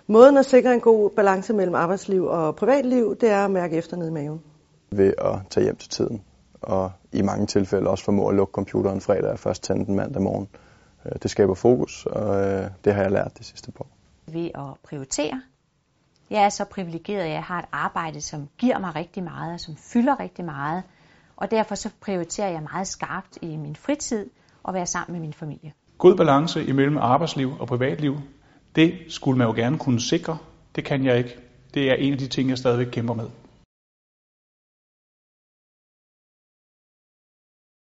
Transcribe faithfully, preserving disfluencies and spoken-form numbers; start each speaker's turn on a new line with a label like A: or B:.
A: Måden at sikre en god balance mellem arbejdsliv og privatliv, det er at mærke efter ned i maven.
B: Ved at tage hjem til tiden, og i mange tilfælde også formå at lukke computeren fredag og først tænde den mandag morgen. Det skaber fokus, og det har jeg lært det sidste par år.
C: Ved at prioritere. Jeg er så privilegeret, at jeg har et arbejde, som giver mig rigtig meget, og som fylder rigtig meget. Og derfor så prioriterer jeg meget skarpt i min fritid at være sammen med min familie.
D: God balance imellem arbejdsliv og privatliv, det skulle man jo gerne kunne sikre. Det kan jeg ikke. Det er en af de ting, jeg stadigvæk kæmper med.